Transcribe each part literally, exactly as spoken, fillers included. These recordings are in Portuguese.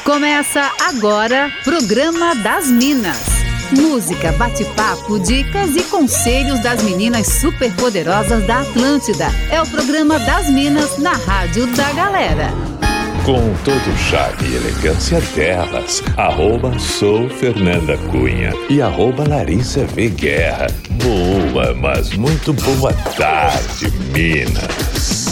Começa agora, Programa das Minas. Música, bate-papo, dicas e conselhos das meninas superpoderosas da Atlântida. É o Programa das Minas na Rádio da Galera. Com todo o charme e elegância delas, arroba sou Fernanda Cunha e arroba Larissa V. Guerra. Boa, mas muito boa tarde, Minas.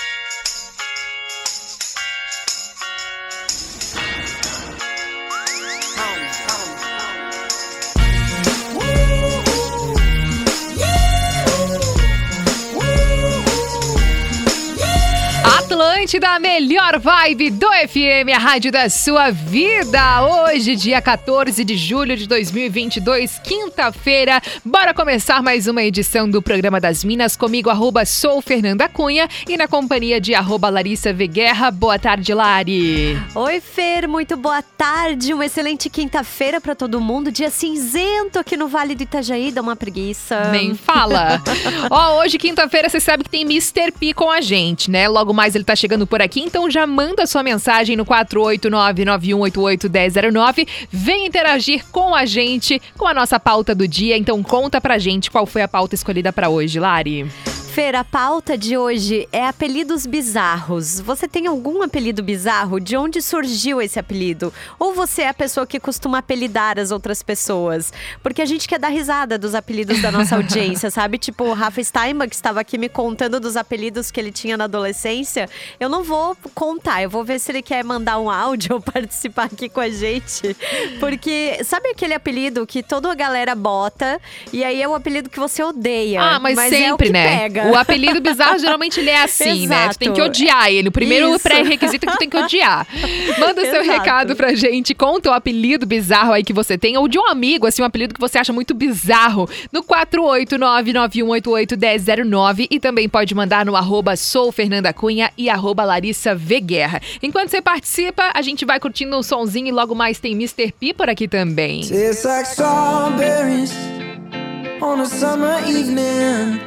Da melhor vibe do F M, a rádio da sua vida. Hoje, dia quatorze de julho de dois mil e vinte e dois, quinta-feira. Bora começar mais uma edição do Programa das Minas comigo, arroba sou Fernanda Cunha e na companhia de arroba Larissa V. Guerra. Boa tarde, Lari. Oi, Fer, muito boa tarde. Uma excelente quinta-feira pra todo mundo. Dia cinzento aqui no Vale do Itajaí, dá uma preguiça. Nem fala. Ó, hoje, quinta-feira, você sabe que tem mister P com a gente, né? Logo mais ele tá chegando por aqui, então já manda sua mensagem no quatro oito nove, nove um oito oito, um zero zero nove. Vem interagir com a gente, com a nossa pauta do dia. Então conta pra gente qual foi a pauta escolhida pra hoje, Lari. Fer, a pauta de hoje é apelidos bizarros. Você tem algum apelido bizarro? De onde surgiu esse apelido? Ou você é a pessoa que costuma apelidar as outras pessoas? Porque a gente quer dar risada dos apelidos da nossa audiência, sabe? Tipo, o Rafa Steinbach estava aqui me contando dos apelidos que ele tinha na adolescência. Eu não vou contar, eu vou ver se ele quer mandar um áudio ou participar aqui com a gente. Porque sabe aquele apelido que toda a galera bota e aí é o apelido que você odeia? Ah, mas, mas sempre, é o que né? Pega. O apelido bizarro, geralmente, ele é assim, Exato. né? Tu tem que odiar ele. O primeiro Isso. pré-requisito é que tu tem que odiar. Manda o seu Exato. recado pra gente. Conta o apelido bizarro aí que você tem. Ou de um amigo, assim, um apelido que você acha muito bizarro. No quatro oito nove, nove um oito oito, um zero zero nove. E também pode mandar no arroba sou Fernanda Cunha e arroba Larissa V. Guerra. Enquanto você participa, a gente vai curtindo um sonzinho e logo mais tem mister P por aqui também. Tastes like strawberries on a summer evening.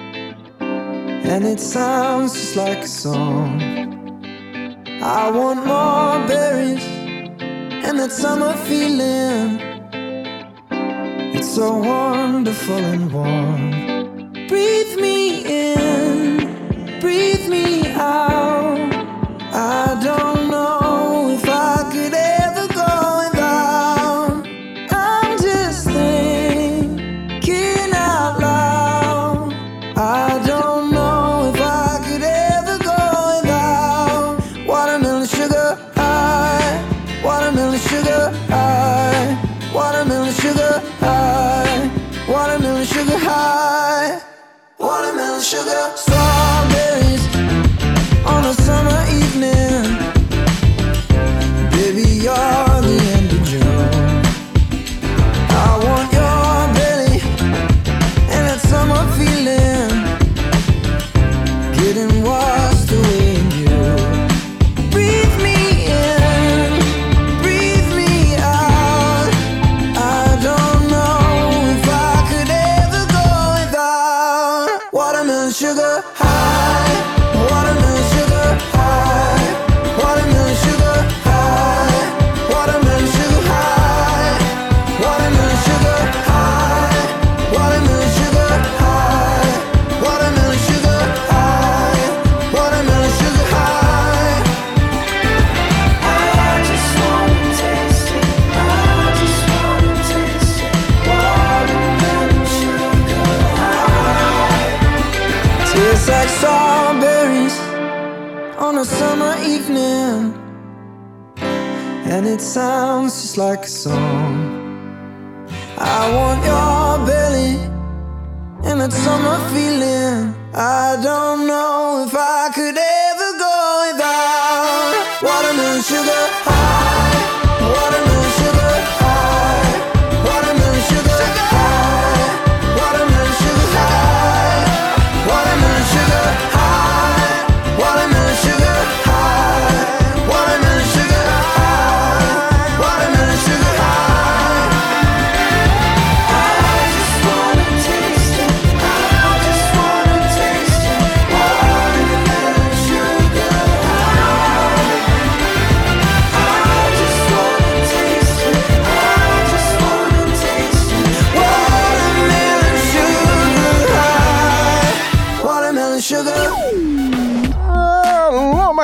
And it sounds just like a song. I want more berries and that summer feeling. It's so wonderful and warm. Breathe me in, breathe me out. I don't know if I could ever go without. I'm just thinking out loud. I don't sugar high, watermelon sugar, strawberries on a summer evening. Baby, you're the end of June. I want your belly and that summer feeling, getting washed away in you. Breathe me in, breathe me out. I don't know if I could ever go without watermelon sugar high, watermelon sugar high, watermelon sugar high, watermelon sugar high, watermelon sugar high, watermelon sugar high, watermelon sugar high, watermelon sugar high. I just wanna taste it, I just wanna taste it, watermelon sugar high. Tastes like strawberries on a summer evening, and it sounds just like a song. I want your belly and that summer feeling. I don't know if I could ever go without watermelon sugar high, watermelon sugar high, watermelon sugar high, watermelon sugar high, watermelon sugar high, watermelon sugar high, watermelon sugar high, watermelon sugar high. I just wanna taste it, I just wanna taste it, watermelon sugar high.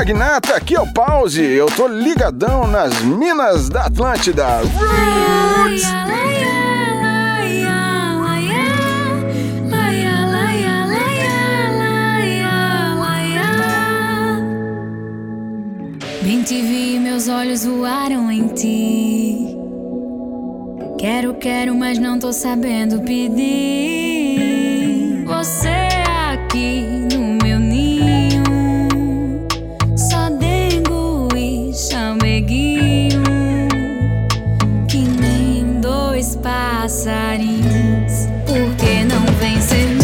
Magnata, aqui é o Pause. Eu tô ligadão nas minas da Atlântida. Roots! Bem te vi, meus olhos voaram em ti. Quero, quero, mas não tô sabendo pedir. Você aqui no meu ninho, só dengo e chameguinho, que nem dois passarinhos. Por que não vem ser meu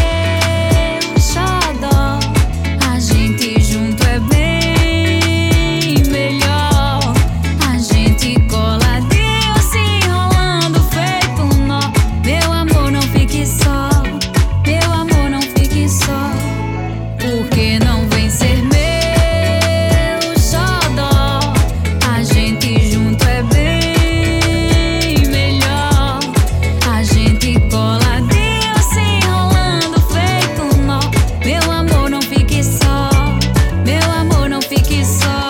xodó? A gente junto é bem melhor. A gente coladinho se enrolando feito um nó. Meu amor, não fique só. Meu amor, não fique só. Por que não vem ser meu xodó? A gente junto é bem melhor. A gente coladinho se enrolando feito um nó. Meu amor, não fique só. Meu amor, não fique só.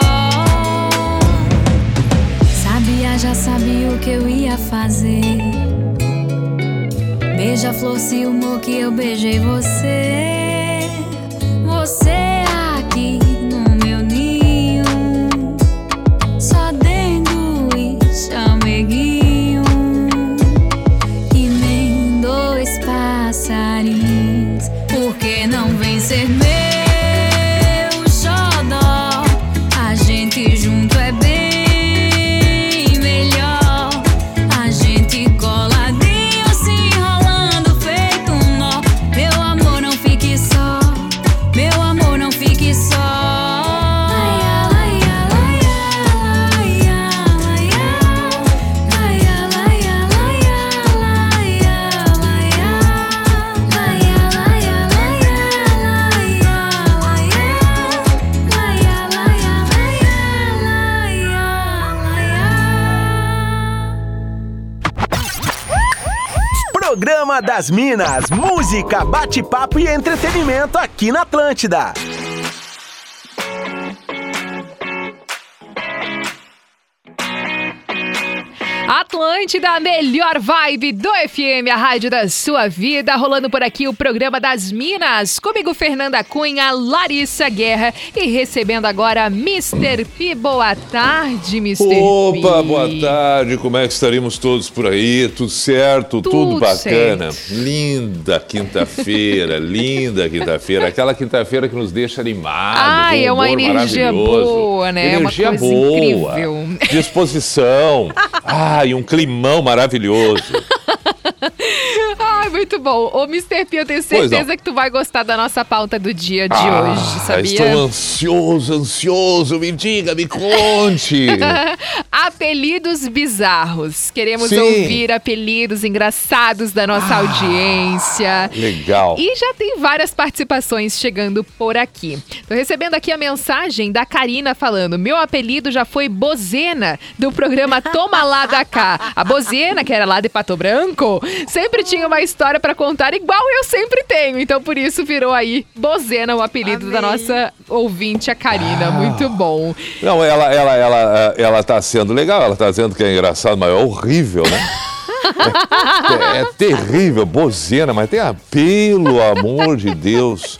Sabia, já sabia o que eu ia fazer. Beija-flor, se humor que eu beijei você. Você aqui no meu ninho, só dengo e chameguinho, que nem dois passarinhos. Por que não vem ser meu xodó? A gente junto é bem melhor. A gente coladinho se enrolando feito um nó. Meu amor, não fique só. Meu amor, não fique só. Programa das Minas, música, bate-papo e entretenimento aqui na Atlântida. Atlântida, a melhor vibe do F M, a rádio da sua vida. Rolando por aqui o programa das Minas. Comigo, Fernanda Cunha, Larissa Guerra e recebendo agora mister P. Boa tarde, mister P. Opa, boa tarde. Como é que estaremos todos por aí? Tudo certo? Tudo, Tudo bacana? certo. Linda quinta-feira, linda quinta-feira. Aquela quinta-feira que nos deixa animados. Ai, um é uma humor energia maravilhoso. boa, né? Energia uma coisa boa. incrível. Disposição. Ai, um climão maravilhoso. Ai, muito bom. Ô, mister P, eu tenho Pois certeza não. que tu vai gostar da nossa pauta do dia de Ah, hoje, sabia? Estou ansioso, ansioso. Me diga, me conte. Apelidos bizarros. Queremos Sim. ouvir apelidos engraçados da nossa audiência. Legal. E já tem várias participações chegando por aqui. Tô recebendo aqui a mensagem da Karina falando: meu apelido já foi Bozena, do programa Toma Lá da Cá. A Bozena, que era lá de Pato Branco, sempre tinha uma história pra contar, igual eu sempre tenho. Então por isso virou aí Bozena, o apelido Amei. da nossa ouvinte, a Karina. Muito bom. Não, ela, ela, ela, ela tá sendo legal, ela tá dizendo que é engraçado, mas é horrível, né? É, é terrível, Bozena, mas tem a, pelo amor de Deus.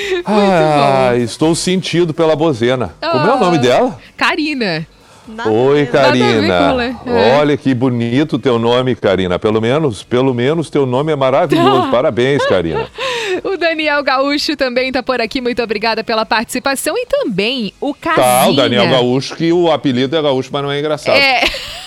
Ah, estou sentido pela Bozena. Como é o nome dela? Karina. Nada a Oi, ver. Nada a ver com Karina. rolê. É. Olha que bonito teu nome, Karina. Pelo menos, pelo menos teu nome é maravilhoso. Parabéns, Karina. O Daniel Gaúcho também tá por aqui. Muito obrigada pela participação. E também o Casinha. Tá, o Daniel Gaúcho, que o apelido é Gaúcho, mas não é engraçado. É.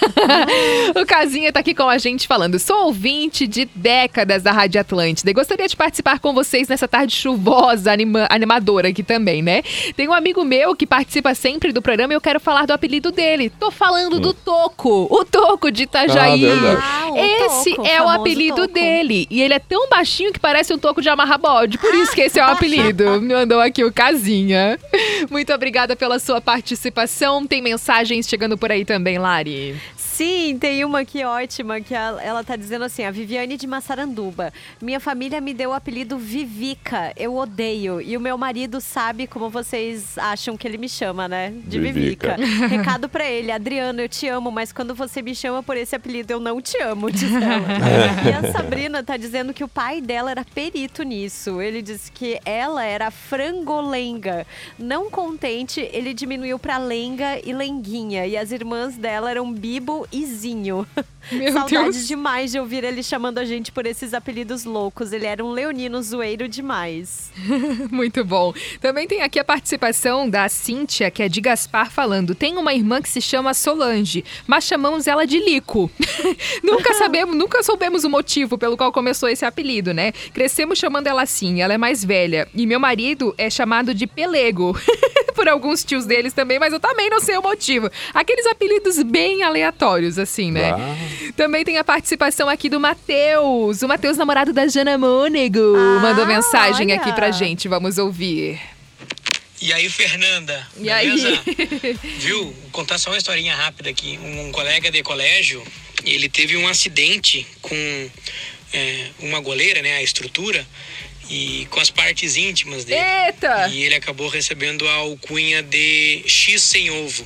O Casinha tá aqui com a gente falando: sou ouvinte de décadas da Rádio Atlântida e gostaria de participar com vocês nessa tarde chuvosa, anima- animadora aqui também, né? Tem um amigo meu que participa sempre do programa e eu quero falar do apelido dele. Tô falando do Toco, o Toco de Itajaí. Ah, verdade. Ah, o Esse toco, é o famoso apelido toco. dele. E ele é tão baixinho que parece um toco de amarrar bode. Por isso que esse é o apelido. Me mandou aqui o Casinha. Muito obrigada pela sua participação. Tem mensagens chegando por aí também, Lari. Sim, tem uma aqui ótima, que ela, ela tá dizendo assim, a Viviane de Massaranduba. Minha família me deu o apelido Vivica, eu odeio. E o meu marido sabe como vocês acham que ele me chama, né? De Vivica. Vivica. Recado pra ele, Adriano, eu te amo, mas quando você me chama por esse apelido, eu não te amo, diz ela. E a Sabrina tá dizendo que o pai dela era perito nisso. Ele disse que ela era frangolenga. Não contente, ele diminuiu pra lenga e lenguinha. E as irmãs dela eram Bibo e Zinho. Meu Saudade Deus. demais de ouvir ele chamando a gente por esses apelidos loucos. Ele era um leonino zoeiro demais. Muito bom. Também tem aqui a participação da Cíntia, que é de Gaspar, falando: tem uma irmã que se chama Solange, mas chamamos ela de Lico. Nunca sabemos, nunca soubemos o motivo pelo qual começou esse apelido, né? Crescemos chamando ela assim, ela é mais velha. E meu marido é chamado de Pelego. Por alguns tios deles também, mas eu também não sei o motivo. Aqueles apelidos bem aleatórios, assim, né? Ah. Também tem a participação aqui do Matheus. O Matheus, namorado da Jana Mônego, Ah, mandou mensagem olha. aqui pra gente. Vamos ouvir. E aí, Fernanda, E beleza? aí? Viu? Vou contar só uma historinha rápida aqui. Um colega de colégio, ele teve um acidente com é, uma goleira, né, a estrutura, e com as partes íntimas dele. Eita! E ele acabou recebendo a alcunha de X sem ovo.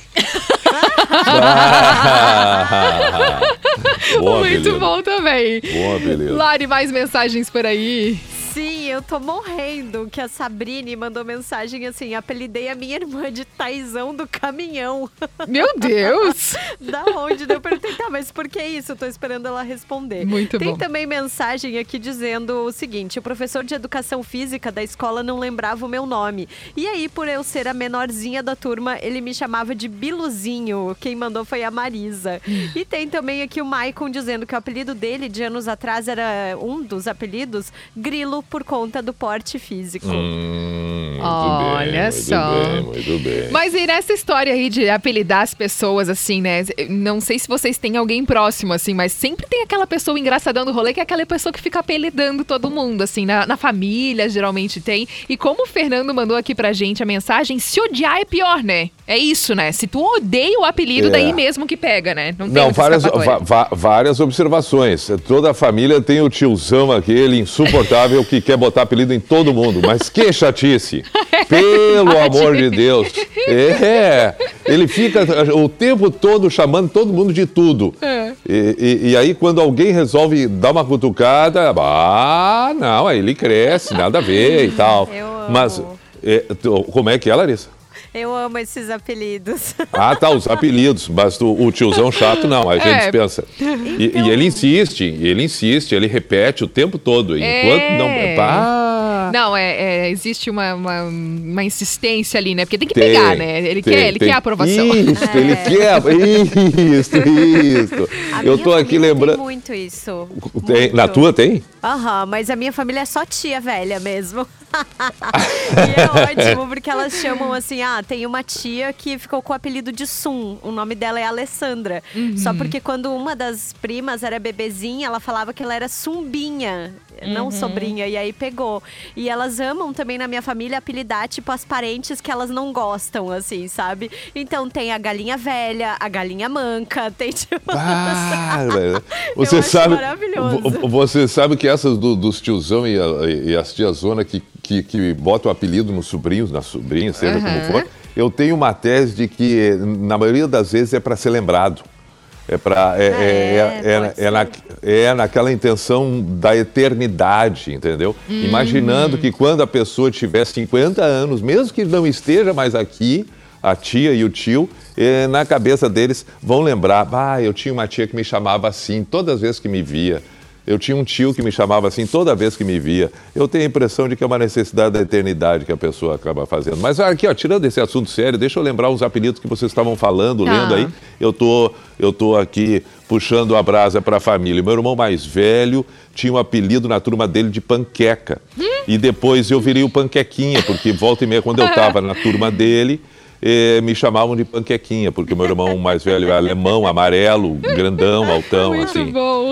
Bom Muito apelido. bom também. Bom apelido. Lari, mais mensagens por aí. Sim, eu tô morrendo que a Sabrine mandou mensagem assim, apelidei a minha irmã de Taizão do caminhão. Meu Deus! Da onde? Eu perguntei, tá, mas por que isso? Eu tô esperando ela responder. Muito Tem bom. também mensagem aqui dizendo o seguinte, o professor de educação física da escola não lembrava o meu nome. E aí, por eu ser a menorzinha da turma, ele me chamava de Biluzinho. Quem mandou foi a Marisa. E tem também aqui o Maicon dizendo que o apelido dele, de anos atrás, era um dos apelidos, Grilo, por conta do porte físico. Hum, muito Olha bem, muito só. bem, muito bem. Mas e nessa história aí de apelidar as pessoas, assim, né? Não sei se vocês têm alguém próximo, assim, mas sempre tem aquela pessoa engraçadão do rolê, que é aquela pessoa que fica apelidando todo mundo, assim, na, na família geralmente tem. E como o Fernando mandou aqui pra gente a mensagem, se odiar é pior, né? É isso, né? Se tu odeia o apelido, É. daí mesmo que pega, né? Não tem Não, muita várias, escapatória. va- va- várias observações. Toda a família tem o tiozão aquele insuportável que quer botar apelido em todo mundo. Mas que chatice! Pelo amor de Deus! É, ele fica o tempo todo chamando todo mundo de tudo. É. E, e- e aí, quando alguém resolve dar uma cutucada, ah, não, aí ele cresce, nada a ver e tal. Eu amo. Mas, é, tu- como é que é, Larissa? Eu amo esses apelidos. Ah, tá, os apelidos, mas o, o tiozão chato não, a gente É. pensa. E, e ele insiste, ele insiste, ele repete o tempo todo. Enquanto É. não. Ah, Não, é, é, existe uma, uma, uma insistência ali, né? Porque tem que tem, pegar, né? Ele tem, quer, ele tem. quer a aprovação. Isso, ele quer. Isso, isso. A Eu minha tô aqui família lembrando. Tem muito isso. Tem, na Muito. tua tem? Aham, mas a minha família é só tia velha mesmo. E é ótimo, porque elas chamam assim, ah, tem uma tia que ficou com o apelido de Sum, o nome dela é Alessandra. Só porque quando uma das primas era bebezinha, ela falava que ela era Sumbinha, não sobrinha, e aí pegou. E elas amam também na minha família apelidar, tipo, as parentes que elas não gostam, assim, sabe? Então tem a galinha velha, a galinha manca, tem tipo... Ah, velho. Você acho sabe, maravilhoso. vo- você sabe que essas do- dos tiozão e, a- e as tiazona que, que, que botam apelido nos sobrinhos, nas sobrinhas, seja Aham. como for, eu tenho uma tese de que, na maioria das vezes, é para ser lembrado. É, pra, é, é, é, é, pode é, na, é naquela intenção da eternidade, entendeu? Imaginando que quando a pessoa tiver cinquenta anos, mesmo que não esteja mais aqui, a tia e o tio, eh, na cabeça deles vão lembrar, ah, eu tinha uma tia que me chamava assim todas as vezes que me via. Eu tinha um tio que me chamava assim toda vez que me via. Eu tenho a impressão de que é uma necessidade da eternidade que a pessoa acaba fazendo. Mas aqui, ó, tirando esse assunto sério, deixa eu lembrar os apelidos que vocês estavam falando, Tá. lendo aí. Eu tô, eu tô aqui puxando a brasa para a família. Meu irmão mais velho tinha um apelido na turma dele de Panqueca. E depois eu virei o Panquequinha, porque volta e meia, quando eu estava na turma dele, eh, me chamavam de Panquequinha, porque meu irmão mais velho é alemão, amarelo, grandão, altão, Muito assim. bom.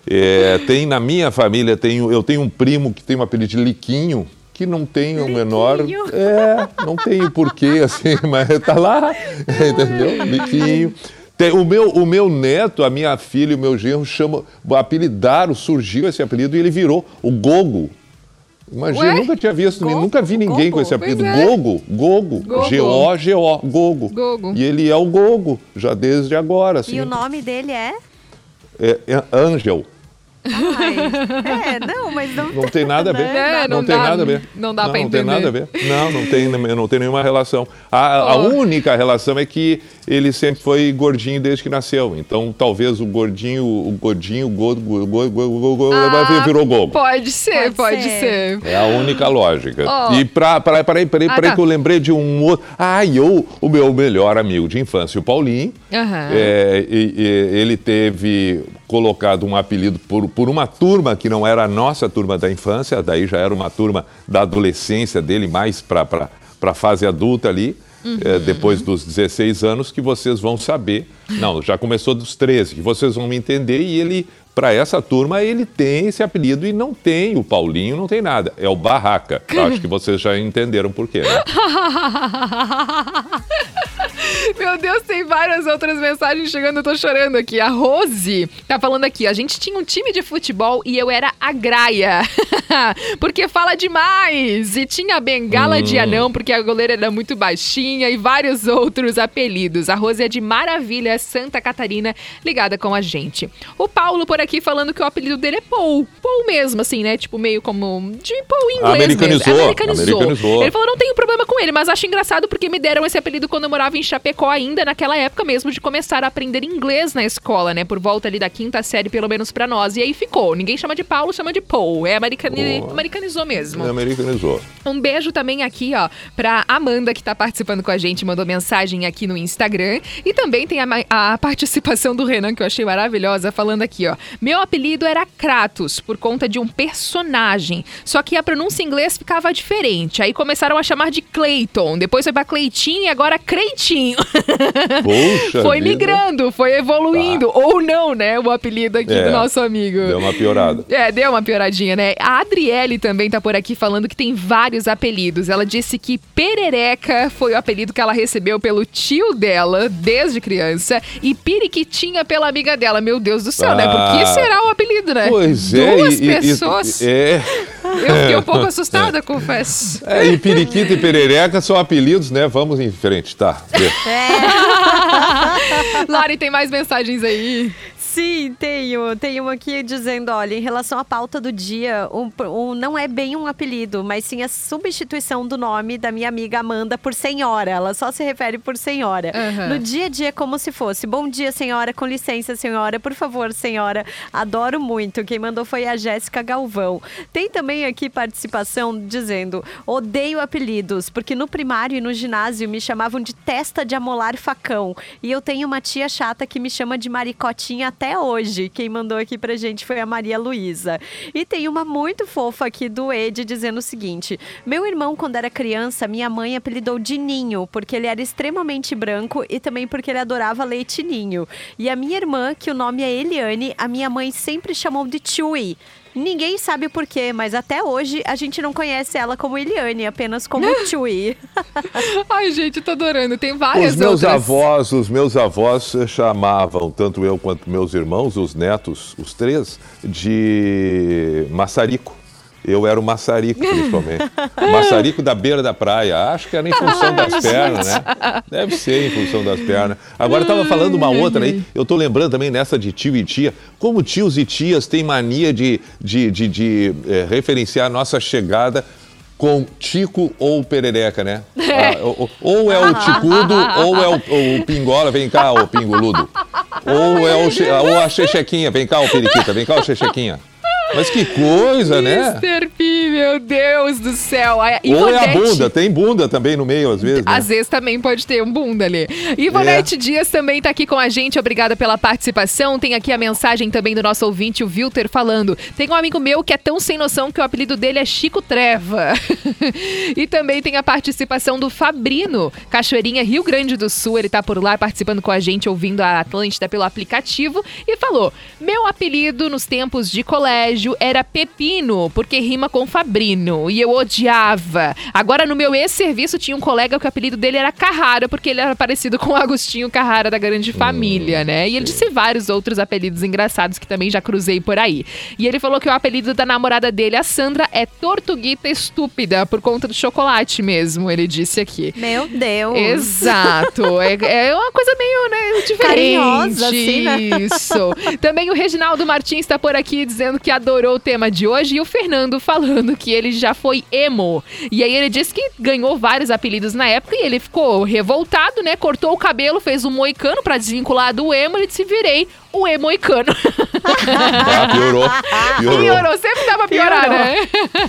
É, tem na minha família, tenho, eu tenho um primo que tem um apelido de Liquinho, que não tem o menor... É, não tem porquê, assim, mas tá lá, entendeu? Liquinho. Tem, o, meu, o meu neto, a minha filha e o meu genro chamam, apelidaram, surgiu esse apelido e ele virou o Gogo. Imagina, Ué? eu nunca tinha visto, Gogo? nunca vi ninguém Gogo? com esse apelido. Pois é. Gogo, Gogo, Gogo. G O G O, Gogo. Gogo. E ele é o Gogo, já desde agora. Assim. E o nome dele é? É, é Angel. Ai, é, não, mas não... Não tem nada a ver. É, não, não tem dá- nada a ver. não dá pra Não tem entender. nada a ver. Não, não tem, não tem nenhuma relação. A, a Oh. única relação é que ele sempre foi gordinho desde que nasceu. Então, talvez o gordinho, o gordinho, o gogo, o gogo, o gogo, Ah, virou Gogo. Pode ser, Pode pode, ser. ser. É a única lógica. Oh. E pra, pra, peraí, peraí, Ah, peraí tá. que eu lembrei de um outro. Ah, e eu, o meu melhor amigo de infância, o Paulinho, Aham. é, e- e ele teve colocado um apelido por, por uma turma que não era a nossa turma da infância, daí já era uma turma da adolescência dele, mais para a fase adulta ali. É, depois dos dezesseis anos, que vocês vão saber. Não, já começou dos treze, que vocês vão me entender. E ele, para essa turma, ele tem esse apelido e não tem o Paulinho, não tem nada. É o Barraca. Acho que vocês já entenderam por quê, né? Meu Deus, tem várias outras mensagens chegando, eu tô chorando aqui. A Rose tá falando aqui, a gente tinha um time de futebol e eu era a Graia, porque fala demais. E tinha a Bengala Hum. de Anão, porque a goleira era muito baixinha e vários outros apelidos. A Rose é de Maravilha, Santa Catarina, ligada com a gente. O Paulo por aqui falando que o apelido dele é Paul. Paul mesmo, assim, né? Tipo, meio como de Paul em inglês Americanizou, mesmo. Americanizou. americanizou. Ele falou, não tenho problema com ele, mas acho engraçado porque me deram esse apelido quando eu morava em Chapecó ainda, naquela época mesmo de começar a aprender inglês na escola, né? Por volta ali da quinta série, pelo menos pra nós. E aí ficou. Ninguém chama de Paulo, chama de Paul. É americani... Oh. americanizou mesmo. Americanizou. Um beijo também aqui, ó, pra Amanda, que tá participando com a gente, mandou mensagem aqui no Instagram. E também tem a, ma- a participação do Renan, que eu achei maravilhosa, falando aqui, ó. Meu apelido era Kratos, por conta de um personagem. Só que a pronúncia em inglês ficava diferente. Aí começaram a chamar de Clayton. Depois foi pra Cleitinho e agora Creitinho. Poxa Foi vida. migrando, foi evoluindo. Ou não, né? O apelido aqui É, do nosso amigo. Deu uma piorada. É, deu uma pioradinha, né? A Adriele também tá por aqui falando que tem vários apelidos. Ela disse que Perereca foi o apelido que ela recebeu pelo tio dela desde criança e Periquitinha pela amiga dela. Meu Deus do céu, né? Por que Ah. será o apelido, né? Pois é. Duas e- e- pessoas. E, é. Eu fiquei um pouco assustada, confesso. É, e periquita e perereca são apelidos, né? Vamos em frente, tá? Vê. Lari, tem mais mensagens aí? Sim, tenho. Tenho uma aqui dizendo, olha, em relação à pauta do dia, um, um- não é bem um apelido, mas sim a substituição do nome da minha amiga Amanda por senhora. Ela só se refere por senhora. Aham. No dia a dia, como se fosse, bom dia, senhora, com licença, senhora, por favor, senhora. Adoro muito. Quem mandou foi a Jéssica Galvão. Tem também aqui participação dizendo, odeio apelidos, porque no primário e no ginásio me chamavam de testa de amolar facão. E eu tenho uma tia chata que me chama de maricotinha até hoje. Quem mandou aqui pra gente foi a Maria Luísa. E tem uma muito fofa aqui do Ed dizendo o seguinte: meu irmão, quando era criança, minha mãe apelidou de Ninho, porque ele era extremamente branco e também porque ele adorava leite ninho. E a minha irmã, que o nome é Eliane, a minha mãe sempre chamou de Chewy. Ninguém sabe o porquê, mas até hoje a gente não conhece ela como Eliane, apenas como Chewy. Ai, gente, tô adorando. Tem várias Os meus outras. avós, os meus avós chamavam, tanto eu quanto meus irmãos, os netos, os três, de maçarico. Eu era o maçarico, principalmente. O maçarico da beira da praia. Acho que era em função das pernas, né? Deve ser em função das pernas. Agora, estava falando uma outra aí. Eu tô lembrando também nessa de tio e tia. Como tios e tias têm mania de, de, de, de eh, referenciar a nossa chegada com tico ou perereca, né? Ah, ou, ou é o ticudo, ou é o, o pingola, vem cá, o pingoludo. Ou é o, che- ou a chechequinha, vem cá, o periquita, vem cá, o chechequinha. Mas que coisa, né? mister P, meu Deus do céu. A Ou é a Ivonete- bunda, tem bunda também no meio, às vezes. Né? Às vezes também pode ter um bunda ali. Ivonete É. Dias também tá aqui com a gente, obrigada pela participação. Tem aqui a mensagem também do nosso ouvinte, o Wilter, falando: tem um amigo meu que é tão sem noção que o apelido dele é Chico Treva. E também tem a participação do Fabrino, Cachoeirinha, Rio Grande do Sul. Ele tá por lá participando com a gente, ouvindo a Atlântida pelo aplicativo. E falou: meu apelido nos tempos de colégio era Pepino, porque rima com Fabrino. E eu odiava. Agora, no meu ex-serviço, tinha um colega que o apelido dele era Carrara, porque ele era parecido com o Agostinho Carrara da Grande Família, né? E ele disse vários outros apelidos engraçados que também já cruzei por aí. E ele falou que o apelido da namorada dele, a Sandra, é Tortuguita Estúpida, por conta do chocolate mesmo, ele disse aqui. Meu Deus. Exato. É, é uma coisa meio, né, diferente. Carinhosa, assim, né? Isso. Também o Reginaldo Martins está por aqui dizendo que adorou o tema de hoje. E o Fernando falando que ele já foi emo. E aí ele disse que ganhou vários apelidos na época e ele ficou revoltado, né? Cortou o cabelo, fez um moicano pra desvincular do emo. Ele disse: virei o emo-moicano. Ah, piorou. Piorou. Piorou. Sempre dá pra piorar, Piorou. né?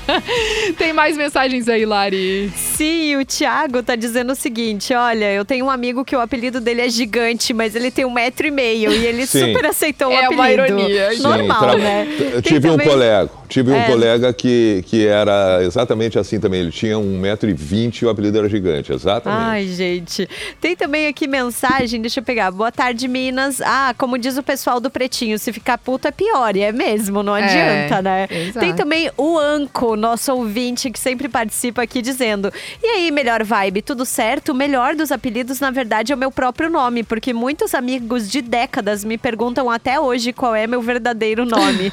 Tem mais mensagens aí, Lari. Sim, o Thiago tá dizendo o seguinte: olha, eu tenho um amigo que o apelido dele é gigante, mas ele tem um metro e meio e ele Sim. super aceitou É o uma apelido. ironia. Sim, Normal, tra- né? Eu Tem tive um também- colega, tive um É. colega que, que era exatamente assim também. Ele tinha um metro e vinte e o apelido era gigante, exatamente. Ai, gente. Tem também aqui mensagem, deixa eu pegar. Boa tarde, Minas. Ah, como diz o pessoal do Pretinho, se ficar puto é pior. E é mesmo, não É, adianta, né? exato. Tem também o Anco, nosso ouvinte, que sempre participa aqui, dizendo: e aí, melhor vibe, tudo certo? O melhor dos apelidos, na verdade, é o meu próprio nome, porque muitos amigos de décadas me perguntam até hoje qual é meu verdadeiro nome.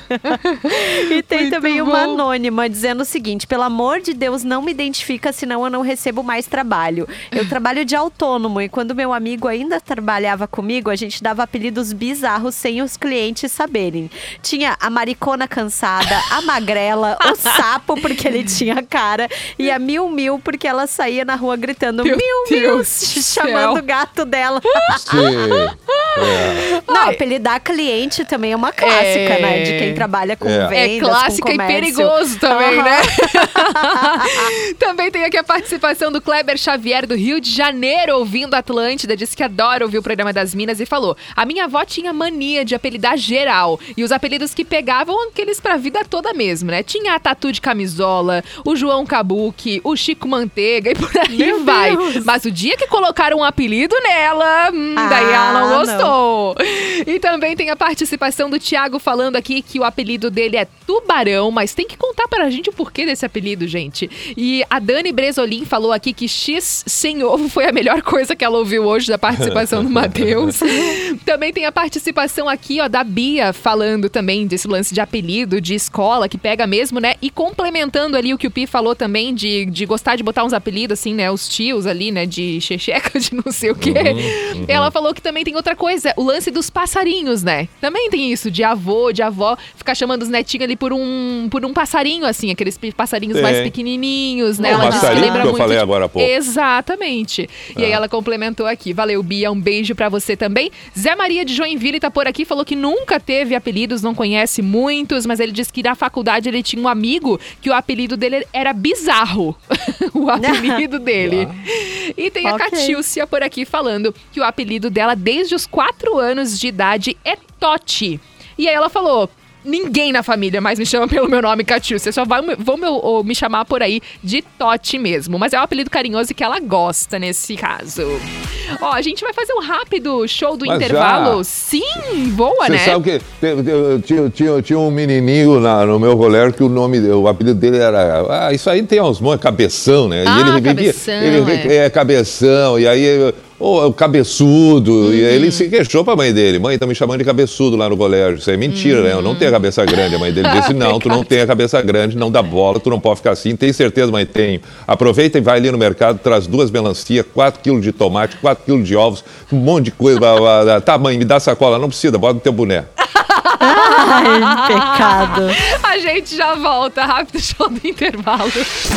E tem Muito também bom. uma anônima dizendo o seguinte: pelo amor de Deus, não me identifica, senão eu não recebo mais trabalho. Eu trabalho de autônomo e quando meu amigo ainda trabalhava comigo, a gente dava apelidos bizarros sem os clientes saberem. Tinha a maricona cansada, a magrela, o sapo porque ele tinha cara e a Mil Mil porque ela saía na rua gritando Meu Mil Mil, Deus do chamando céu. o gato dela. Sim. É. Não, apelidar cliente também é uma clássica, É. né? De quem trabalha com É. vendas, É clássica com e comércio. perigoso também, Aham. né? Também tem aqui a participação do Kleber Xavier, do Rio de Janeiro, ouvindo a Atlântida. Disse que adora ouvir o programa das Minas e falou: a minha avó tinha mania de apelidar geral. E os apelidos que pegavam, aqueles pra vida toda mesmo, né? Tinha a Tatu de Camisola, o João Kabuki, o Chico Manteiga e por aí Meu vai. Deus. Mas o dia que colocaram um apelido nela, hum, Ah, daí ela não não. gostou. E também tem a participação do Thiago falando aqui que o apelido dele é Tubarão, mas tem que contar pra gente o porquê desse apelido, gente. E a Dani Bresolim falou aqui que X sem ovo foi a melhor coisa que ela ouviu hoje da participação do Matheus. Também tem a participação aqui, ó, da Bia falando também desse lance de apelido, de escola, que pega mesmo, né? E complementando ali o que o Pi falou também de, de gostar de botar uns apelidos, assim, né? Os tios ali, né? De checheca, de não sei o quê. Uhum, uhum. Ela falou que também tem outra coisa, o lance dos passarinhos, né? Também tem isso, de avô, de avó, ficar chamando os netinhos ali por um, por um passarinho, assim, aqueles pi- passarinhos Tem. mais pequenininhos, né? O Ela disse que passarinho lembra que eu muito falei de- agora há pouco. Exatamente. E aí ela complementou aqui. Valeu, Bia, um beijo pra você também. Zé Maria de Joinville tá por aqui, falou que nunca teve apelidos, não conhece muitos, mas ele disse que na faculdade ele tinha um amigo que o apelido dele era Bizarro. O apelido dele. E tem a Ok. Catiúcia por aqui falando que o apelido dela desde os quatro anos de idade é Totti. E aí ela falou: ninguém na família mais me chama pelo meu nome, Catiúcia. Só vai, vão me, ou me chamar por aí de Totti mesmo. Mas é um apelido carinhoso que ela gosta nesse caso. Ó, a gente vai fazer um rápido show do Mas intervalo. já? Sim, boa, Você né? sabe que te- te- eu tinha, tinha, tinha um menininho na- no meu colégio que o nome, o apelido dele era... Ah, isso aí tem uns montes, Cabeção, né? Ah, e ele vivia- Cabeção, ele, é. é. Cabeção, e aí... Ou o cabeçudo, Uhum. e aí ele se queixou pra mãe dele. Mãe, estão me chamando de cabeçudo lá no colégio. Isso é mentira, né? Eu não tenho a cabeça grande. A mãe dele disse, não, tu não tem a cabeça grande, não dá bola, tu não pode ficar assim. Tem certeza, mãe? Tenho. Aproveita e vai ali no mercado, traz duas melancia, quatro quilos de tomate, quatro quilos de ovos, um monte de coisa. Tá, mãe, me dá sacola. Não precisa, bota no teu boné. Ai, pecado. A gente já volta. Rápido show do intervalo.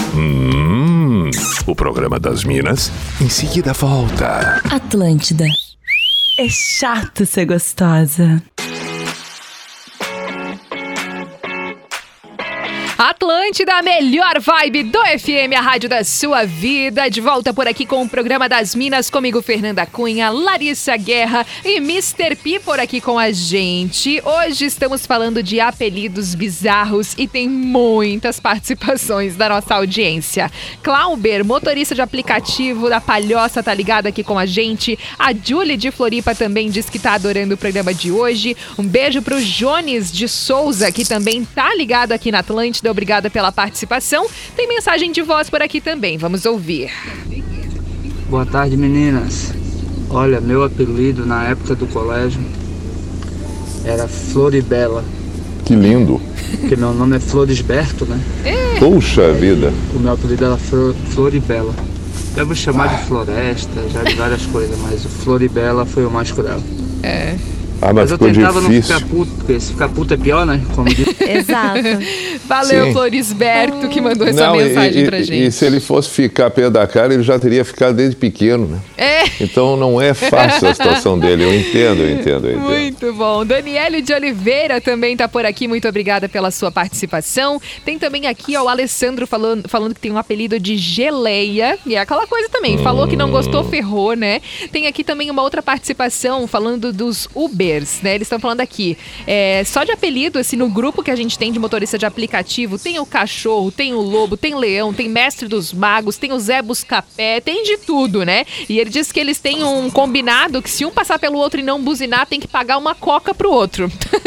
Hum, o programa das Minas em seguida volta. Atlântida. É chato ser gostosa. Atlântida, a melhor vibe do F M, a rádio da sua vida. De volta por aqui com o programa das Minas, comigo Fernanda Cunha, Larissa Guerra e mister P por aqui com a gente. Hoje estamos falando de apelidos bizarros e tem muitas participações da nossa audiência. Clauber, motorista de aplicativo da Palhoça, tá ligado aqui com a gente. A Julie de Floripa também diz que tá adorando o programa de hoje. Um beijo pro Jones de Souza, que também tá ligado aqui na Atlântida. Obrigada pela participação. Tem mensagem de voz por aqui também. Vamos ouvir. Boa tarde, meninas. Olha, meu apelido na época do colégio era Floribela. Que lindo. Porque meu nome é Florisberto, né? É. Puxa vida. O meu apelido era Flor, Floribela. Eu vou chamar de Floresta, já de várias coisas, mas o Floribela foi o mais cruel. É. Ah, mas, mas eu ficou tentava difícil. não ficar puto, porque se ficar puto é pior, né? Como diz. Exato. Valeu, Sim. Florisberto, que mandou essa Não, mensagem e, pra e, gente. E se ele fosse ficar pé da cara, ele já teria ficado desde pequeno, né? É. Então não é fácil a situação dele. Eu entendo, eu entendo, eu entendo. Muito bom. Daniele de Oliveira também tá por aqui. Muito obrigada pela sua participação. Tem também aqui ó, o Alessandro falando, falando que tem um apelido de Geleia. E é aquela coisa também. Falou que não gostou, ferrou, né? Tem aqui também uma outra participação falando dos Ubers, né? Eles estão falando aqui. É, só de apelido, assim, no grupo que a gente tem de motorista de aplicativo, tem o cachorro, tem o lobo, tem o leão, tem mestre dos magos, tem o Zé Buscapé, tem de tudo, né? E ele diz que eles têm um combinado que se um passar pelo outro e não buzinar, tem que pagar uma coca pro outro.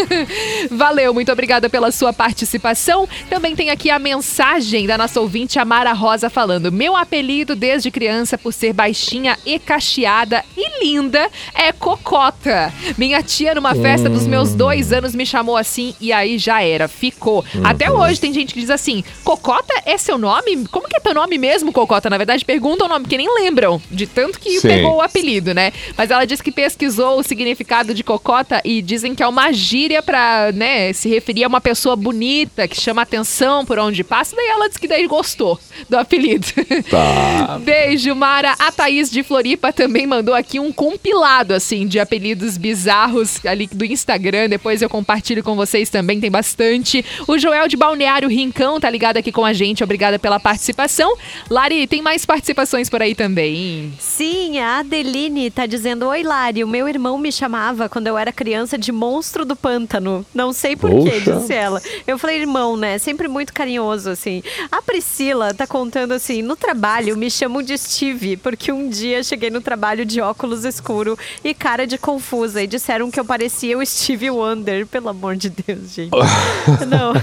Valeu, muito obrigada pela sua participação. Também tem aqui a mensagem da nossa ouvinte, a Mara Rosa, falando: meu apelido desde criança, por ser baixinha e cacheada e linda, é Cocota. Minha tia, numa festa dos meus dois anos, me chamou assim e aí já era, ficou. Uhum. Até hoje tem gente que diz assim: Cocota é seu nome? Como que é teu nome mesmo, Cocota? Na verdade, perguntam o nome, porque nem lembram de tanto que Sim. pegou o apelido, né? Mas ela disse que pesquisou o significado de Cocota e dizem que é uma gíria pra, né, se referir a uma pessoa bonita, que chama atenção por onde passa. Daí ela disse que daí gostou do apelido. Tá. Beijo, Mara. A Thaís de Floripa também mandou aqui um compilado, assim, de apelidos bizarros ali do Instagram. Depois eu compartilho com vocês também, tem bastante. O Joel de Balneário Rincão tá ligado aqui com a gente. Obrigada pela participação. Lari, tem mais participações por aí também? Sim, a Adeline tá dizendo: oi, Lari, o meu irmão me chamava quando eu era criança de monstro do pântano. Não sei por quê, disse ela. Eu falei, irmão, né? Sempre muito carinhoso, assim. A Priscila tá contando assim: no trabalho me chamam de Steve, porque um dia cheguei no trabalho de óculos escuro e cara de confusa e disseram que eu parecia o Steve Wonder. Pelo amor de Deus, gente. Não.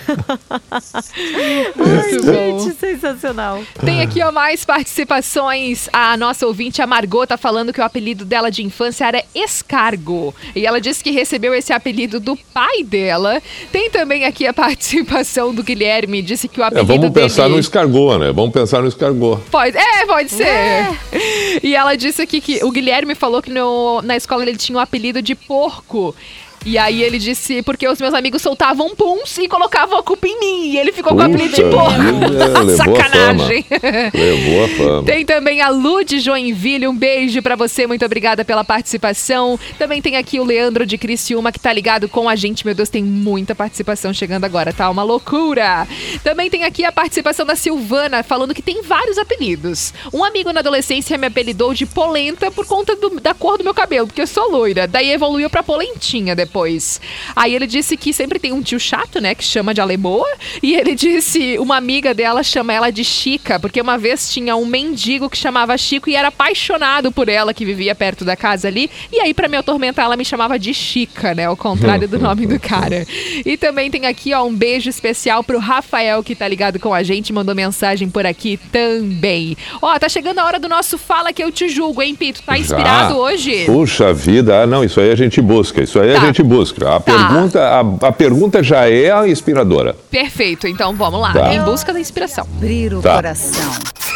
Ai, gente, sensacional. Tem aqui, ó, mais participações. A nossa ouvinte, a Margot, tá falando que o apelido dela de infância era Escargo. E ela disse que recebeu esse apelido do pai dela. Tem também aqui a participação do Guilherme. Disse que o apelido é, vamos dele... pensar no escargot, né? Vamos pensar no escargot. Pode, é, pode ser. É. E ela disse aqui que o Guilherme falou que no, na escola ele tinha o apelido de porco. E aí ele disse, porque os meus amigos soltavam puns e colocavam a culpa em mim. E ele ficou Puxa com o apelido de porco. Sacanagem. Levou a fama. Tem também a Lu de Joinville. Um beijo pra você, muito obrigada pela participação. Também tem aqui o Leandro de Criciúma, que tá ligado com a gente. Meu Deus, tem muita participação chegando agora, tá uma loucura. Também tem aqui a participação da Silvana, falando que tem vários apelidos. Um amigo na adolescência me apelidou de Polenta por conta do, da cor do meu cabelo, porque eu sou loira. Daí evoluiu pra Polentinha depois. Depois. Aí ele disse que sempre tem um tio chato, né, que chama de Alemoa. E ele disse, uma amiga dela chama ela de Chica, porque uma vez tinha um mendigo que chamava Chico e era apaixonado por ela, que vivia perto da casa ali. E aí, pra me atormentar, ela me chamava de Chica, né, ao contrário do nome do cara. E também tem aqui, ó, um beijo especial pro Rafael, que tá ligado com a gente, mandou mensagem por aqui também. Ó, tá chegando a hora do nosso Fala Que Eu Te Julgo, hein, Pito? Tá inspirado Já. hoje? Puxa vida, ah, não, isso aí a gente busca, isso aí tá. a gente busca. A, tá. pergunta, a, a pergunta já é a inspiradora. Perfeito, então vamos lá, tá. Em busca da inspiração. Abrir o tá. coração.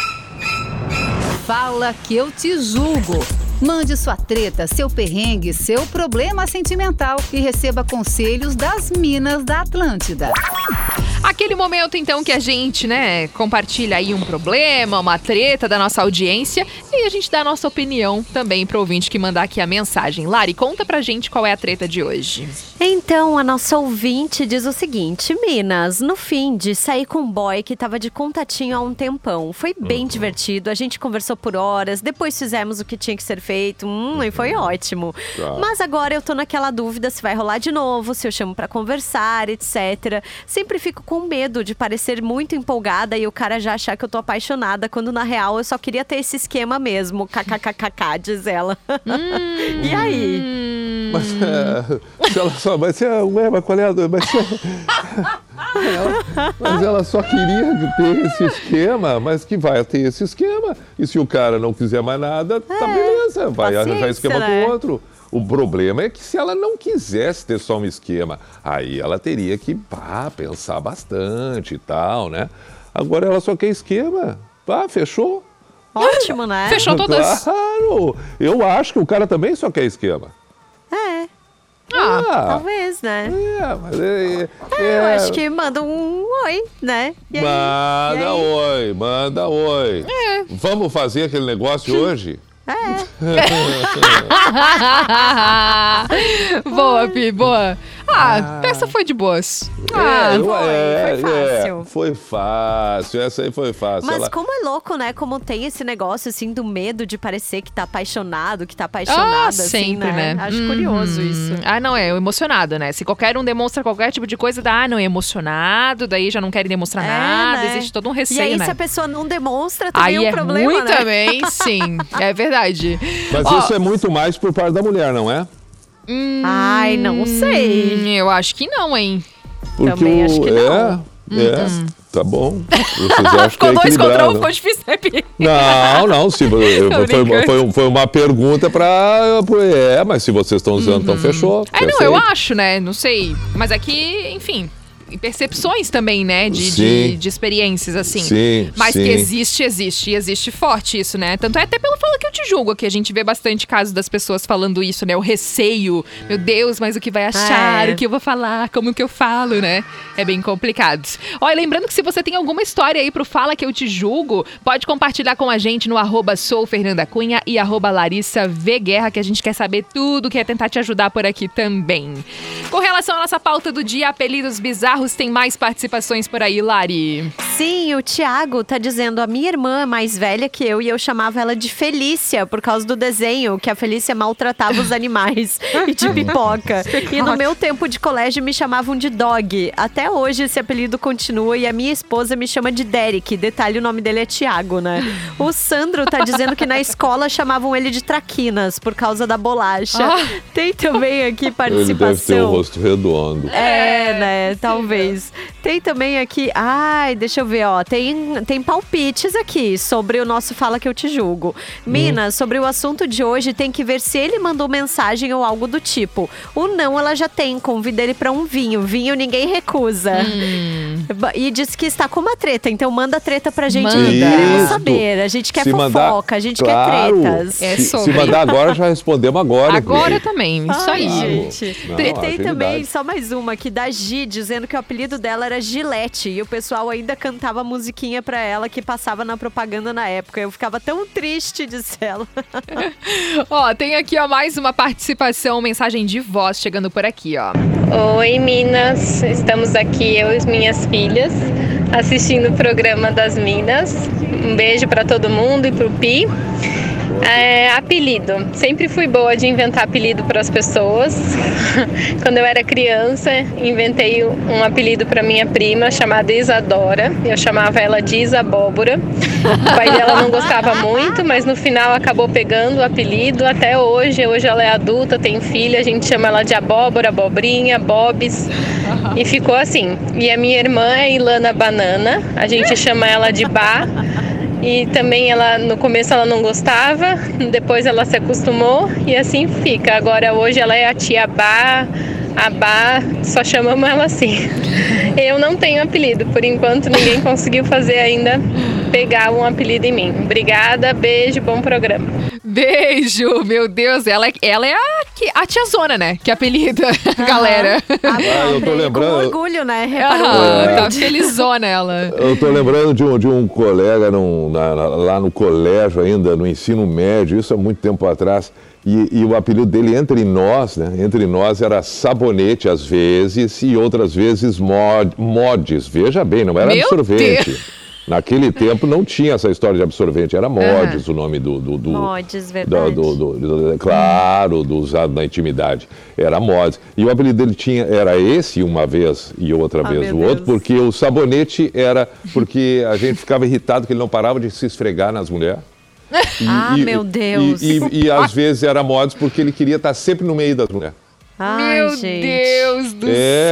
Fala Que Eu Te Julgo. Mande sua treta, seu perrengue, seu problema sentimental e receba conselhos das Minas da Atlântida. Aquele momento, então, que a gente, né, compartilha aí um problema, uma treta da nossa audiência e a gente dá a nossa opinião também pro ouvinte que mandar aqui a mensagem. Lari, conta pra gente qual é a treta de hoje. Então, a nossa ouvinte diz o seguinte: Minas, no fim de sair com um boy que tava de contatinho há um tempão. Foi bem uhum. divertido, a gente conversou por horas, depois fizemos o que tinha que ser feito, hum, e foi ótimo. Tá. Mas agora eu tô naquela dúvida se vai rolar de novo, se eu chamo pra conversar, etcétera. Sempre fico com medo de parecer muito empolgada e o cara já achar que eu tô apaixonada, quando na real eu só queria ter esse esquema mesmo. KKKK, diz ela. Hum, e aí? Mas, é, se ela só, mas, é, ué, mas qual é a mas, ela, mas ela só queria ter esse esquema, mas que vai ter esse esquema. E se o cara não quiser mais nada, é, tá beleza, vai arranjar esquema né? com o outro. O problema é que se ela não quisesse ter só um esquema, aí ela teria que pá, pensar bastante e tal, né? Agora ela só quer esquema. Pá, fechou. Ótimo, né? Fechou todas. Claro! Eu acho que o cara também só quer esquema. É. Ah, ah talvez, né? É, mas é, é, é, eu acho que manda um oi, né? E aí, manda e aí? oi, manda oi. É. Vamos fazer aquele negócio hoje? É. Boa, Pi, boa. Ah, ah, essa foi de boas. Ah, é, foi, é, foi fácil. É, foi fácil, essa aí foi fácil. Mas Ela... como é louco, né? Como tem esse negócio, assim, do medo de parecer que tá apaixonado, que tá apaixonada, ah, assim, sempre, né? né? Acho hum, curioso isso. Ah, não, é emocionado, né? Se qualquer um demonstra qualquer tipo de coisa, dá, ah, não, é emocionado, daí já não querem demonstrar é, nada, né? Existe todo um receio, né? E aí, né? se a pessoa não demonstra, também aí é um problema, ruim né? também, sim. É verdade. Mas oh, isso é muito mais por parte da mulher, não é? Hum, Ai, não sei. Eu acho que não, hein? Porque também o... acho que não. É, é. Hum. Tá bom. Vocês acham ficou que é dois contra um, né? ficou difícil, né, Pi? Não, não. Se, foi, foi, foi uma pergunta pra... É, mas se vocês estão usando, então uhum. fechou. É, não, eu acho, né? Não sei. Mas aqui, enfim... percepções também, né, de, de, de experiências, assim. Sim, Mas sim. que existe, existe. E existe forte isso, né? Tanto é até pelo Fala Que Eu Te Julgo, que a gente vê bastante casos das pessoas falando isso, né? O receio. Meu Deus, mas o que vai achar? É. O que eu vou falar? Como que eu falo, né? É bem complicado. Olha, lembrando que se você tem alguma história aí pro Fala Que Eu Te Julgo, pode compartilhar com a gente no arroba sou Fernanda Cunha e arroba Larissa V Guerra, que a gente quer saber tudo, quer tentar te ajudar por aqui também. Com relação à nossa pauta do dia, apelidos bizarros, tem mais participações por aí, Lari. Sim, o Thiago tá dizendo: a minha irmã é mais velha que eu e eu chamava ela de Felícia por causa do desenho, que a Felícia maltratava os animais e de pipoca. E no meu tempo de colégio me chamavam de Dog. Até hoje esse apelido continua e a minha esposa me chama de Derek. Detalhe, o nome dele é Thiago, né? O Sandro tá dizendo que na escola chamavam ele de Traquinas por causa da bolacha. Ah. Tem também aqui participação. Ele deve ter o rosto redondo. É, né? Talvez. Tem também aqui... Ai, deixa eu ver, ó. Tem, tem palpites aqui sobre o nosso Fala Que Eu Te Julgo. Minas, hum. sobre o assunto de hoje, tem que ver se ele mandou mensagem ou algo do tipo. O não, ela já tem. Convida ele pra um vinho. Vinho ninguém recusa. Hum. E diz que está com uma treta. Então manda treta pra gente. Queremos saber. A gente quer se fofoca, mandar, a gente claro, quer tretas. É se, se mandar agora, já respondemos agora. Agora também. Isso Ai, aí. Gente. Não, tem também, só mais uma aqui, da Gi, dizendo que o apelido dela era Gillette. E o pessoal ainda cantava musiquinha pra ela que passava na propaganda na época. Eu ficava tão triste, disse ela. Ó, tem aqui, ó, mais uma participação, mensagem de voz chegando por aqui, ó. Oi, Minas. Estamos aqui, eu e minhas filhas, assistindo o programa das Minas. Um beijo pra todo mundo e pro Pi. É, apelido. Sempre fui boa de inventar apelido para as pessoas. Quando eu era criança, inventei um apelido para minha prima chamada Isadora. Eu chamava ela de Isabóbora. O pai dela não gostava muito, mas no final acabou pegando o apelido. Até hoje, hoje ela é adulta, tem filha, a gente chama ela de Abóbora, Abobrinha, Bobs. E ficou assim. E a minha irmã é Ilana Banana. A gente chama ela de Bá. E também ela, no começo ela não gostava, depois ela se acostumou e assim fica. Agora hoje ela é a tia Bá, a Bá, só chamamos ela assim. Eu não tenho apelido, por enquanto ninguém conseguiu fazer ainda, pegar um apelido em mim. Obrigada, beijo, bom programa. Beijo, meu Deus. Ela, ela é a, que- a tiazona, né? Que apelida a galera. Ah, eu tô Com lembrando. orgulho, né? Reparou? Ah, tá felizona ela. Eu tô lembrando de um, de um colega num- na- na- lá no colégio ainda, no ensino médio, isso há muito tempo atrás, e, e o apelido dele entre nós, né? Entre nós era Sabonete às vezes e outras vezes mod, Mods. Veja bem, não era Meu absorvente. Deus. Naquele tempo não tinha essa história de absorvente, era Mods o nome do... do, do Mods, do, verdade. do, do, do- claro, do usado na intimidade. Era Mods. E o apelido dele tinha, era esse uma vez e outra Ah, vez meu o outro, Deus. porque o sabonete era porque a gente ficava irritado que ele não parava de se esfregar nas mulheres. E- Ah, e- meu e- Deus. E, e, e às vezes era Mods porque ele queria estar sempre no meio das mulheres. Ai, Meu gente. Deus do céu.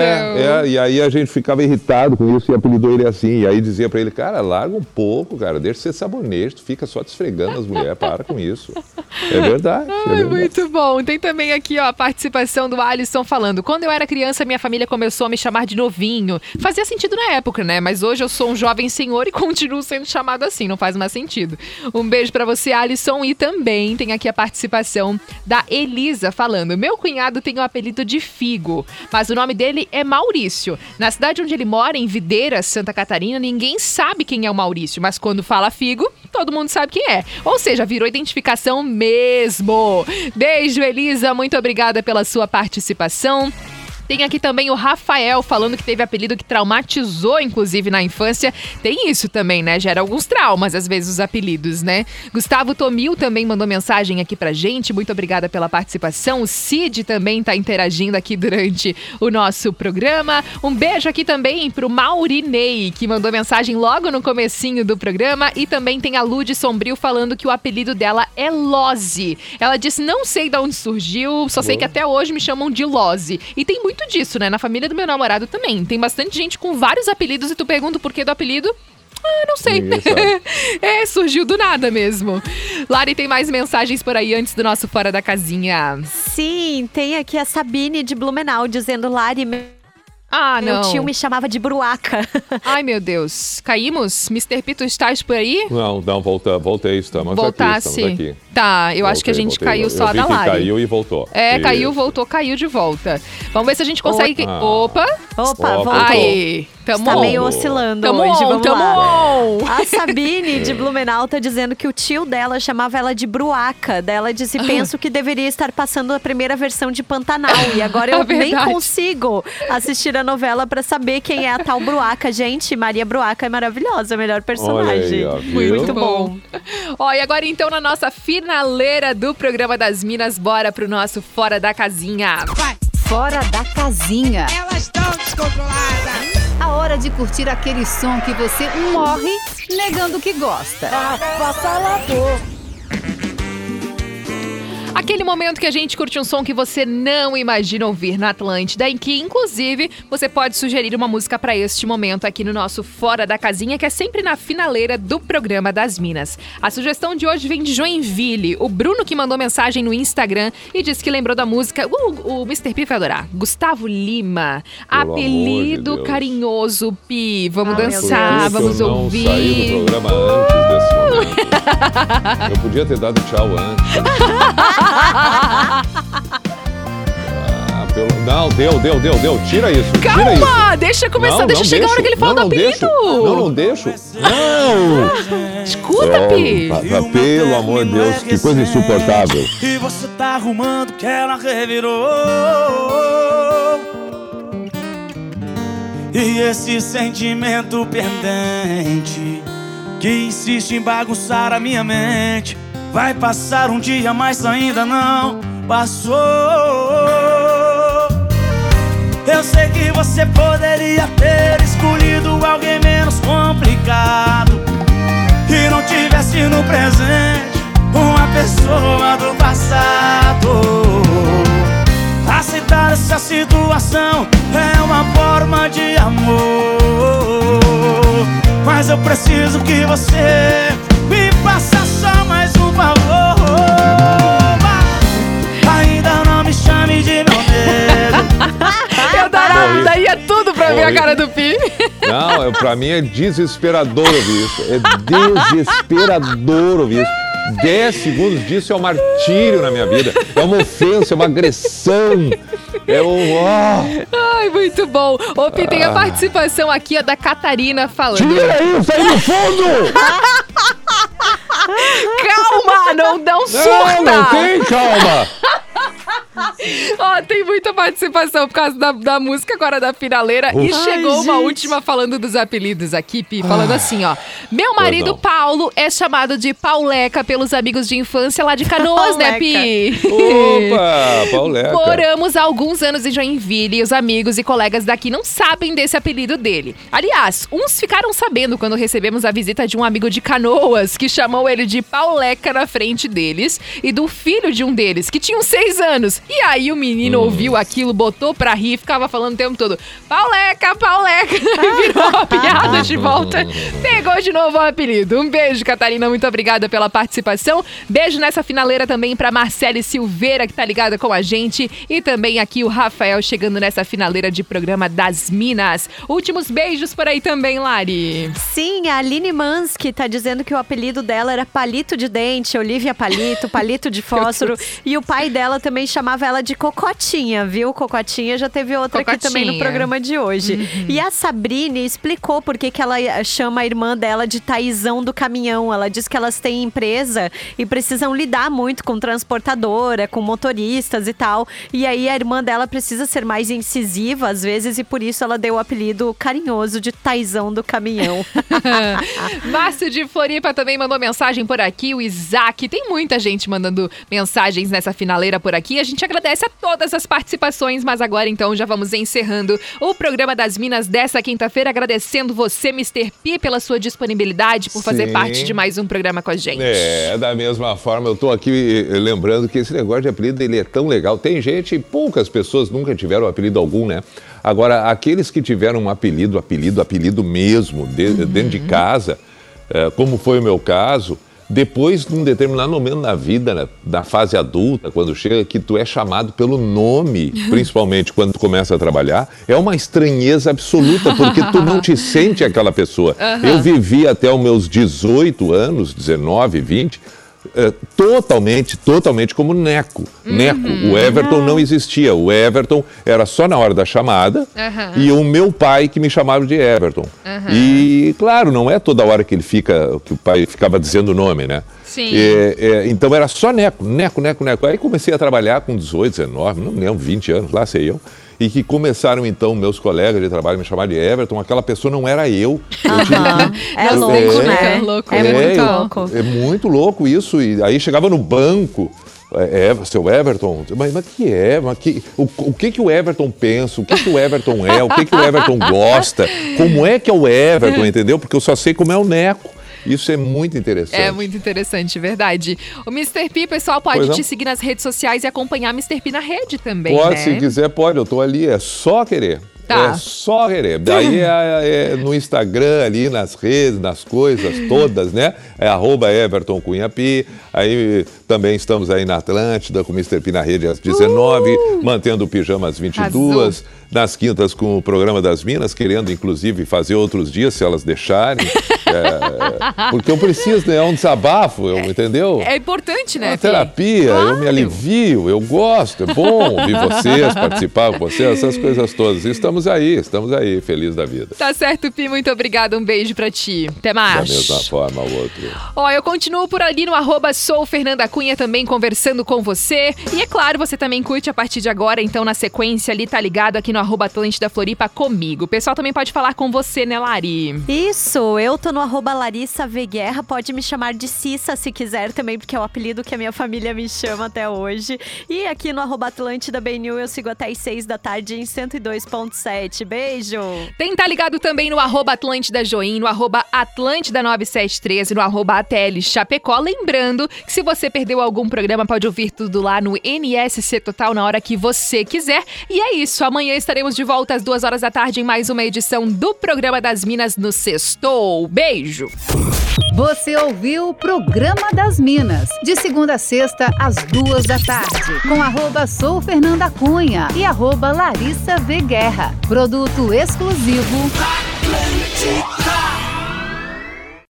É, é, e aí a gente ficava irritado com isso e apelidou ele assim. E aí dizia pra ele, cara, larga um pouco, cara, deixa de ser sabonete, tu fica só te esfregando as mulheres, para com isso. É verdade, é Ai, verdade. muito bom. Tem também aqui ó, a participação do Alisson falando. Quando eu era criança, minha família começou a me chamar de novinho. Fazia sentido na época, né? Mas hoje eu sou um jovem senhor e continuo sendo chamado assim. Não faz mais sentido. Um beijo pra você, Alisson. E também tem aqui a participação da Elisa falando. Meu cunhado tem o apelido de Figo, mas o nome dele é Maurício. Na cidade onde ele mora, em Videiras, Santa Catarina, ninguém sabe quem é o Maurício. Mas quando fala Figo, todo mundo sabe quem é. Ou seja, virou identificação mesmo. Beijo, Elisa. Muito obrigada pela sua participação. Tem aqui também o Rafael falando que teve apelido que traumatizou, inclusive, na infância. Tem isso também, né? Gera alguns traumas, às vezes, os apelidos, né? Gustavo Tomil também mandou mensagem aqui pra gente. Muito obrigada pela participação. O Cid também tá interagindo aqui durante o nosso programa. Um beijo aqui também pro Maurinei, que mandou mensagem logo no comecinho do programa. E também tem a Lude Sombrio falando que o apelido dela é Lose. Ela disse, não sei de onde surgiu, só sei que até hoje me chamam de Lose. E tem muito disso, né? Na família do meu namorado também. Tem bastante gente com vários apelidos e tu pergunta o porquê do apelido. Ah, não sei. Ninguém sabe. É, surgiu do nada mesmo. Lari, tem mais mensagens por aí antes do nosso Fora da Casinha. Sim, tem aqui a Sabine de Blumenau dizendo, Lari, meu Ah, meu não. tio me chamava de Bruaca. Ai, meu Deus. Caímos? mister P, tu estás por aí? Não, não, volta, voltei, estamos Voltasse. aqui, estamos aqui. Tá, eu acho que a Voltei, gente voltei. caiu Eu- só eu vi da que Lari. caiu e voltou. É, Isso. caiu, voltou, caiu de volta. Vamos ver se a gente consegue... Ah. Opa! Opa, Ó, voltou. Aí, tamo Tá on. meio oscilando Tamo hoje, on, vamos tamo lá. on. A Sabine de Blumenau tá dizendo que o tio dela chamava ela de Bruaca. Daí ela disse, penso que deveria estar passando a primeira versão de Pantanal. E agora eu É nem verdade. consigo assistir a novela pra saber quem é a tal Bruaca. Gente, Maria Bruaca é maravilhosa, a melhor personagem. Olha aí, ó, viu? Muito bom. Ó, e agora então na nossa finaleira do programa das Minas, bora pro nosso Fora da Casinha. Fora da casinha. Elas estão descontroladas. A hora de curtir aquele som que você morre negando que gosta. Aquele momento que a gente curte um som que você não imagina ouvir na Atlântida e que, inclusive, você pode sugerir uma música para este momento aqui no nosso Fora da Casinha, que é sempre na finaleira do programa das Minas. A sugestão de hoje vem de Joinville. O Bruno que mandou mensagem no Instagram e disse que lembrou da música... Uh, o mister P vai adorar. Gustavo Lima. Pelo Apelido amor de Deus. carinhoso, Pi. Vamos Ah, meu dançar, Por que vamos que eu não ouvir. saí do programa antes desse momento? Eu podia ter dado tchau antes. Ah, pelo... Não, deu, deu, deu, deu. Tira isso, tira isso. Calma! Deixa começar, Não, deixa não chegar a hora deixo. que ele fala não, do não apelido. deixo. Não, não deixo. Não! Escuta, Pi. Oh, pa- pa- pelo amor de Deus, que coisa insuportável. E você tá arrumando que ela revirou. E esse sentimento pendente que insiste em bagunçar a minha mente. Vai passar um dia, mas ainda não passou. Eu sei que você poderia ter escolhido alguém menos complicado e não tivesse no presente uma pessoa do passado. Aceitar essa situação é uma forma de amor, mas eu preciso que você me faça só mais um favor. Ainda não me chame de meu nego. Eu daria, daria tudo pra ver a Oi. cara do Pi. Não, é- pra mim é desesperador ouvir isso. É desesperador ouvir isso. dez segundos disso é um martírio na minha vida. É uma ofensa, é uma agressão. É um... Oh. Ai, muito bom. Ô, Pi, tem a Ah. participação aqui ó, da Catarina falando. Tira isso aí do fundo! Calma, não não surta! Não, não tem calma! Ó, tem muita participação por causa da, da música agora da finaleira. Uf. E chegou Ai, uma gente. última falando dos apelidos aqui, Pi, falando assim, ó. Meu marido não. Paulo é chamado de Pauleca pelos amigos de infância lá de Canoas, né, Pi? Opa, Pauleca. Moramos há alguns anos em Joinville e os amigos e colegas daqui não sabem desse apelido dele. Aliás, uns ficaram sabendo quando recebemos a visita de um amigo de Canoas que chamou ele de Pauleca na frente deles e do filho de um deles, que tinha uns seis anos. E aí o menino Hum. ouviu aquilo, botou pra rir e ficava falando o tempo todo Pauleca, Pauleca, e virou uma piada de volta. Pegou de novo o apelido. Um beijo, Catarina, muito obrigada pela participação. Beijo nessa finaleira também pra Marcele Silveira, que tá ligada com a gente. E também aqui o Rafael chegando nessa finaleira de programa das Minas. Últimos beijos por aí também, Lari. Sim, a Aline Mansky tá dizendo que o apelido dela era Palito de Dente, Olivia Palito, Palito de Fósforo. E o pai dela também chamava ela de Cocotinha, viu? Cocotinha já teve outra aqui também no Cocotinha. programa de hoje. Uhum. E a Sabrine explicou por que que ela chama a irmã dela de Taizão do Caminhão. Ela diz que elas têm empresa e precisam lidar muito com transportadora, com motoristas e tal. E aí a irmã dela precisa ser mais incisiva às vezes e por isso ela deu o apelido carinhoso de Taizão do Caminhão. Márcio de Floripa também mandou mensagem por aqui, o Isaac. Tem muita gente mandando mensagens nessa finaleira por aqui. A gente agradece a todas as participações, mas agora então já vamos encerrando o programa das Minas dessa quinta-feira, agradecendo você, mister P, pela sua disponibilidade, por fazer Sim. parte de mais um programa com a gente. É, da mesma forma, eu tô aqui eh, lembrando que esse negócio de apelido, ele é tão legal. Tem gente, poucas pessoas nunca tiveram apelido algum, né? Agora, aqueles que tiveram um apelido, apelido, apelido mesmo, de- Uhum. dentro de casa, eh, como foi o meu caso, depois, num determinado momento na vida, né, da fase adulta, quando chega, que tu é chamado pelo nome, principalmente quando tu começa a trabalhar, é uma estranheza absoluta, porque tu não te sente aquela pessoa. Aham. Eu vivi até os meus dezoito anos, dezenove, vinte, eh, totalmente, totalmente como Neco. Neco. O Everton não existia. O Everton era só na hora da chamada Aham. e o meu pai que me chamava de Everton. Aham. E, claro, não é toda hora que ele fica, que o pai ficava dizendo o nome, né? Sim. É, é, então era só Neco, Neco, Neco, Neco. Aí comecei a trabalhar com dezoito, dezenove, não lembro, vinte anos, lá sei eu. E que começaram, então, meus colegas de trabalho me chamar de Everton. Aquela pessoa não era eu. Eu tive que- É eu- louco, né? louco, É, é, muito eu- louco. É muito louco isso. E aí chegava no banco, é, é, seu Everton, mas, mas que é? Mas que, o, o que que o Everton pensa? O que que o Everton é? O que que o Everton gosta? Como é que é o Everton, entendeu? Porque eu só sei como é o Neco. Isso é muito interessante. É muito interessante, verdade. O mister P, pessoal, pode Pois não. te seguir nas redes sociais e acompanhar mister P na rede também, Pode, né? se quiser, pode. Eu tô ali, é só querer. Tá. É só querer. Daí é, é no Instagram, ali nas redes, nas coisas todas, né? É arroba Everton Cunha Pi. Aí também estamos aí na Atlântida, com o mister P na rede às dezenove, Uh! mantendo o pijama às vinte e duas. Arrasou. Nas quintas com o programa das Minas, querendo inclusive fazer outros dias, se elas deixarem. É, porque eu preciso, né? É um desabafo, eu, entendeu? É importante, né? Uma Fê? terapia, eu me alivio, eu gosto, é bom ouvir vocês, participar com vocês, essas coisas todas. E estamos aí, estamos aí, feliz da vida. Tá certo, Pi, muito obrigada. Um beijo pra ti. Até mais. Da mesma forma, o outro. Ó, eu continuo por ali no arroba sou Fernanda Cunha também conversando com você. E é claro, você também curte a partir de agora, então na sequência ali tá ligado aqui no arroba Atlântida Floripa comigo. O pessoal também pode falar com você, né, Lari? Isso, eu tô no arroba Larissa V Guerra, pode me chamar de Cissa se quiser também, porque é o apelido que a minha família me chama até hoje. E aqui no arroba Atlântida B N U eu sigo até as seis da tarde em cento e dois ponto sete. Beijo! Tem tá ligado também no arroba Atlântida Join, no arroba Atlântida nove sete três e no arroba A T L Chapecó. Lembrando que se você perdeu algum programa, pode ouvir tudo lá no N S C Total na hora que você quiser. E é isso, amanhã estaremos de volta às duas horas da tarde em mais uma edição do Programa das Minas no Sextou. Beijo! Você ouviu o Programa das Minas, de segunda a sexta, às duas da tarde, com arroba sou Fernanda Cunha e arroba Larissa V Guerra. Produto exclusivo Atlântica.